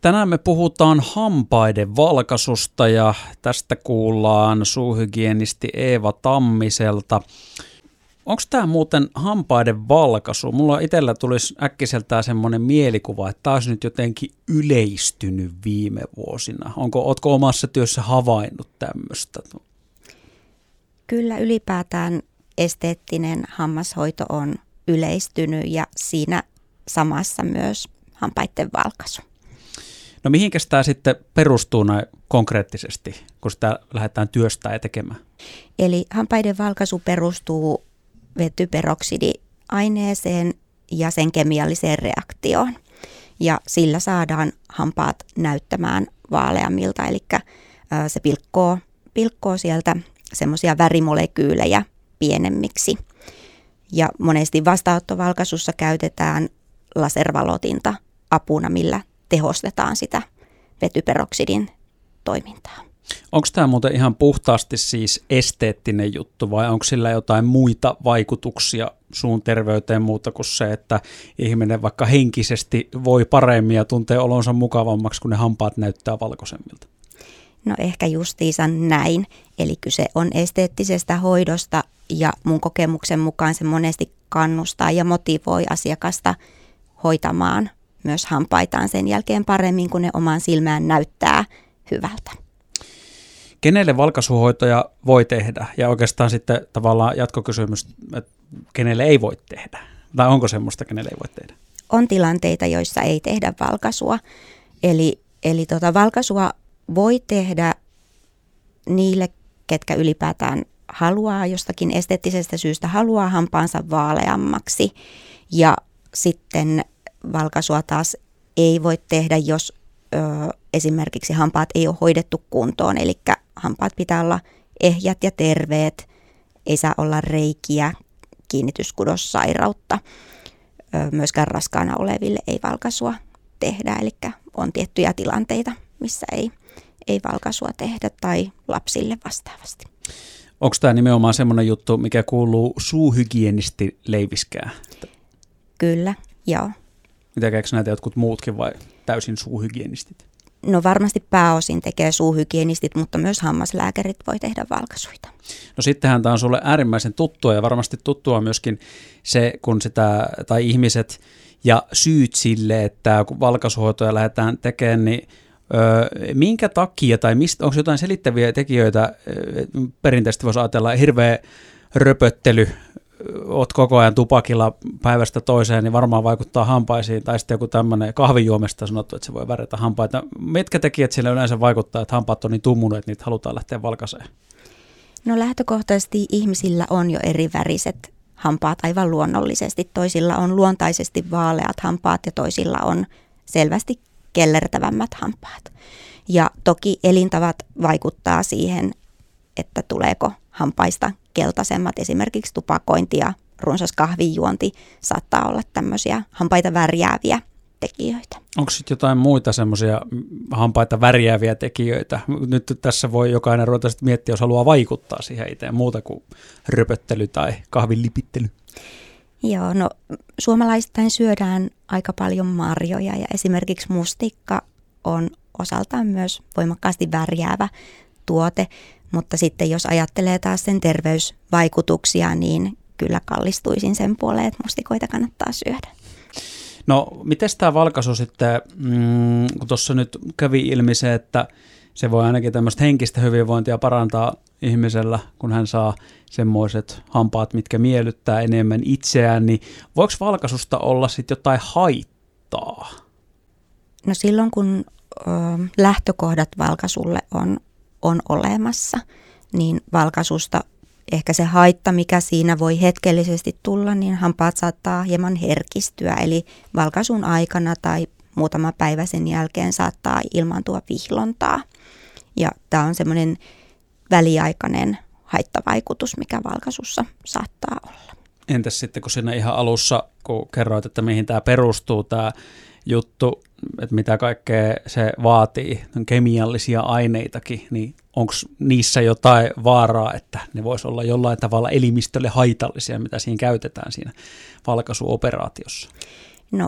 Tänään me puhutaan hampaiden valkaisusta ja tästä kuullaan suuhygienisti Eeva Tammiselta. Onko tämä muuten hampaiden valkaisu? Mulla itsellä tulisi äkkiseltään semmoinen mielikuva, että tämä olisi nyt jotenkin yleistynyt viime vuosina. Ootko omassa työssä havainnut tämmöistä? Kyllä ylipäätään esteettinen hammashoito on yleistynyt ja siinä samassa myös hampaiden valkaisu. No mihinkäs tämä sitten perustuu näin konkreettisesti, kun sitä lähdetään työstämään ja tekemään? Eli hampaiden valkaisu perustuu vetyperoksidiaineeseen ja sen kemialliseen reaktioon. Ja sillä saadaan hampaat näyttämään vaaleammilta, eli se pilkkoo sieltä semmoisia värimolekyylejä pienemmiksi. Ja monesti vastaanottovalkaisussa käytetään laservalotinta apuna, millä tehostetaan sitä vetyperoksidin toimintaa. Onko tämä muuten ihan puhtaasti siis esteettinen juttu vai onko sillä jotain muita vaikutuksia suun terveyteen muuta kuin se, että ihminen vaikka henkisesti voi paremmin ja tuntee olonsa mukavammaksi, kun ne hampaat näyttää valkoisemmilta? No ehkä justiinsa näin. Eli kyse on esteettisestä hoidosta ja mun kokemuksen mukaan se monesti kannustaa ja motivoi asiakasta hoitamaan myös hampaitaan sen jälkeen paremmin, kun ne omaan silmään näyttää hyvältä. Kenelle valkaisuhoitoja voi tehdä? Ja oikeastaan sitten tavallaan jatkokysymys, että kenelle ei voi tehdä? Tai onko semmoista, kenelle ei voi tehdä? On tilanteita, joissa ei tehdä valkaisua. Eli valkaisua voi tehdä niille, ketkä ylipäätään haluaa jostakin esteettisestä syystä, haluaa hampaansa vaaleammaksi. Ja sitten valkaisua taas ei voi tehdä, jos esimerkiksi hampaat ei ole hoidettu kuntoon. Eli hampaat pitää olla ehjät ja terveet, ei saa olla reikiä, kiinnityskudossairautta. Myöskään raskaana oleville ei valkaisua tehdä, eli on tiettyjä tilanteita, missä ei valkaisua tehdä tai lapsille vastaavasti. Onko tämä nimenomaan semmoinen juttu, mikä kuuluu suuhygienisti leiviskään? Kyllä, joo. Tekeekö näitä jotkut muutkin vai täysin suuhygienistit? No varmasti pääosin tekee suuhygienistit, mutta myös hammaslääkärit voi tehdä valkaisuita. No sittenhän tämä on sulle äärimmäisen tuttua ja varmasti tuttua myöskin se, kun sitä, tai ihmiset ja syyt sille, että kun valkaisuhoitoja lähdetään tekemään, niin minkä takia tai onko jotain selittäviä tekijöitä, perinteisesti voisi ajatella hirveä röpöttely, oot koko ajan tupakilla päivästä toiseen, niin varmaan vaikuttaa hampaisiin, tai sitten joku tämmöinen kahvijuomesta sanottu, että se voi värjätä hampaita. Mitkä tekijät sille yleensä vaikuttaa, että hampaat on niin tummunut, että niitä halutaan lähteä valkaiseen? No lähtökohtaisesti ihmisillä on jo eri väriset hampaat aivan luonnollisesti. Toisilla on luontaisesti vaaleat hampaat ja toisilla on selvästi kellertävämmät hampaat. Ja toki elintavat vaikuttaa siihen, että tuleeko hampaista keltaisemmat, esimerkiksi tupakointi ja runsas kahvinjuonti saattaa olla tämmöisiä hampaita värjääviä tekijöitä. Onko sitten jotain muita semmoisia hampaita värjääviä tekijöitä? Nyt tässä voi jokainen ruveta sitten miettiä, jos haluaa vaikuttaa siihen itse muuta kuin röpöttely tai kahvin lipittely. Joo, no suomalaisittain syödään aika paljon marjoja ja esimerkiksi mustikka on osaltaan myös voimakkaasti värjäävä tuote, mutta sitten jos ajattelee taas sen terveysvaikutuksia, niin kyllä kallistuisin sen puoleen, että mustikoita kannattaa syödä. No, miten tämä valkaisu sitten, kun tuossa nyt kävi ilmi se, että se voi ainakin tämmöistä henkistä hyvinvointia parantaa ihmisellä, kun hän saa semmoiset hampaat, mitkä miellyttää enemmän itseään, niin voiko valkaisusta olla sitten jotain haittaa? No silloin, kun lähtökohdat valkaisulle on olemassa, niin valkaisusta ehkä se haitta, mikä siinä voi hetkellisesti tulla, niin hampaat saattaa hieman herkistyä. Eli valkaisun aikana tai muutama päivä sen jälkeen saattaa ilmaantua vihlontaa. Ja tämä on semmoinen väliaikainen haittavaikutus, mikä valkaisussa saattaa olla. Entäs sitten, kun siinä ihan alussa, kun kerroit, että mihin tämä perustuu, tämä juttu, että mitä kaikkea se vaatii, kemiallisia aineitakin, niin onko niissä jotain vaaraa, että ne vois olla jollain tavalla elimistölle haitallisia, mitä siinä käytetään siinä valkaisuoperaatiossa? No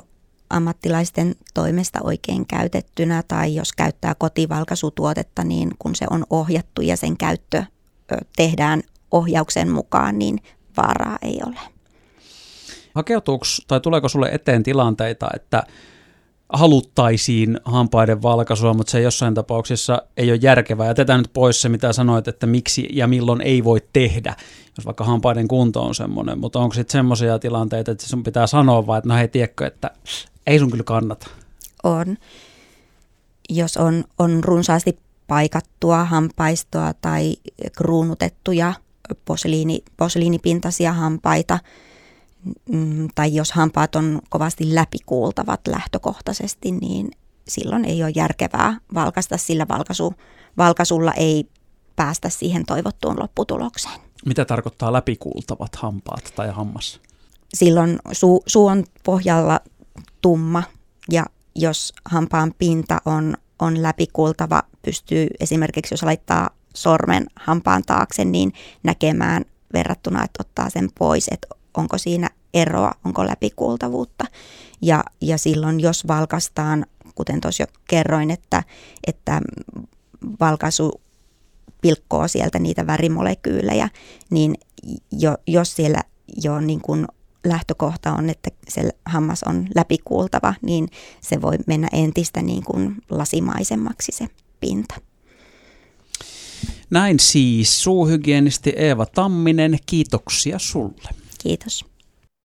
ammattilaisten toimesta oikein käytettynä tai jos käyttää kotivalkaisutuotetta, niin kun se on ohjattu ja sen käyttö tehdään ohjauksen mukaan, niin vaaraa ei ole. Hakeutuuko tai tuleeko sulle eteen tilanteita, että haluttaisiin hampaiden valkaisua, mutta se jossain tapauksessa ei ole järkevää. Jätetään nyt pois se, mitä sanoit, että miksi ja milloin ei voi tehdä, jos vaikka hampaiden kunto on semmoinen. Mutta onko sitten semmoisia tilanteita, että sun pitää sanoa vaan, että no hei, tiedätkö, että ei sun kyllä kannata? On. Jos on runsaasti paikattua hampaistoa tai kruunutettuja posliinipintaisia hampaita, tai jos hampaat on kovasti läpikuultavat lähtökohtaisesti, niin silloin ei ole järkevää valkaista, sillä valkaisulla ei päästä siihen toivottuun lopputulokseen. Mitä tarkoittaa läpikuultavat hampaat tai hammas? Silloin suu on pohjalla tumma ja jos hampaan pinta on läpikuultava, pystyy esimerkiksi jos laittaa sormen hampaan taakse, niin näkemään verrattuna, että ottaa sen pois, että onko siinä eroa, onko läpikuultavuutta. Ja silloin, jos valkaistaan, kuten tuossa jo kerroin, että valkaisu pilkkoo sieltä niitä värimolekyylejä, niin jos siellä jo niin kuin lähtökohta on, että se hammas on läpikuultava, niin se voi mennä entistä niin kuin lasimaisemmaksi se pinta. Näin siis suuhygienisti Eeva Tamminen. Kiitoksia sulle. Kiitos.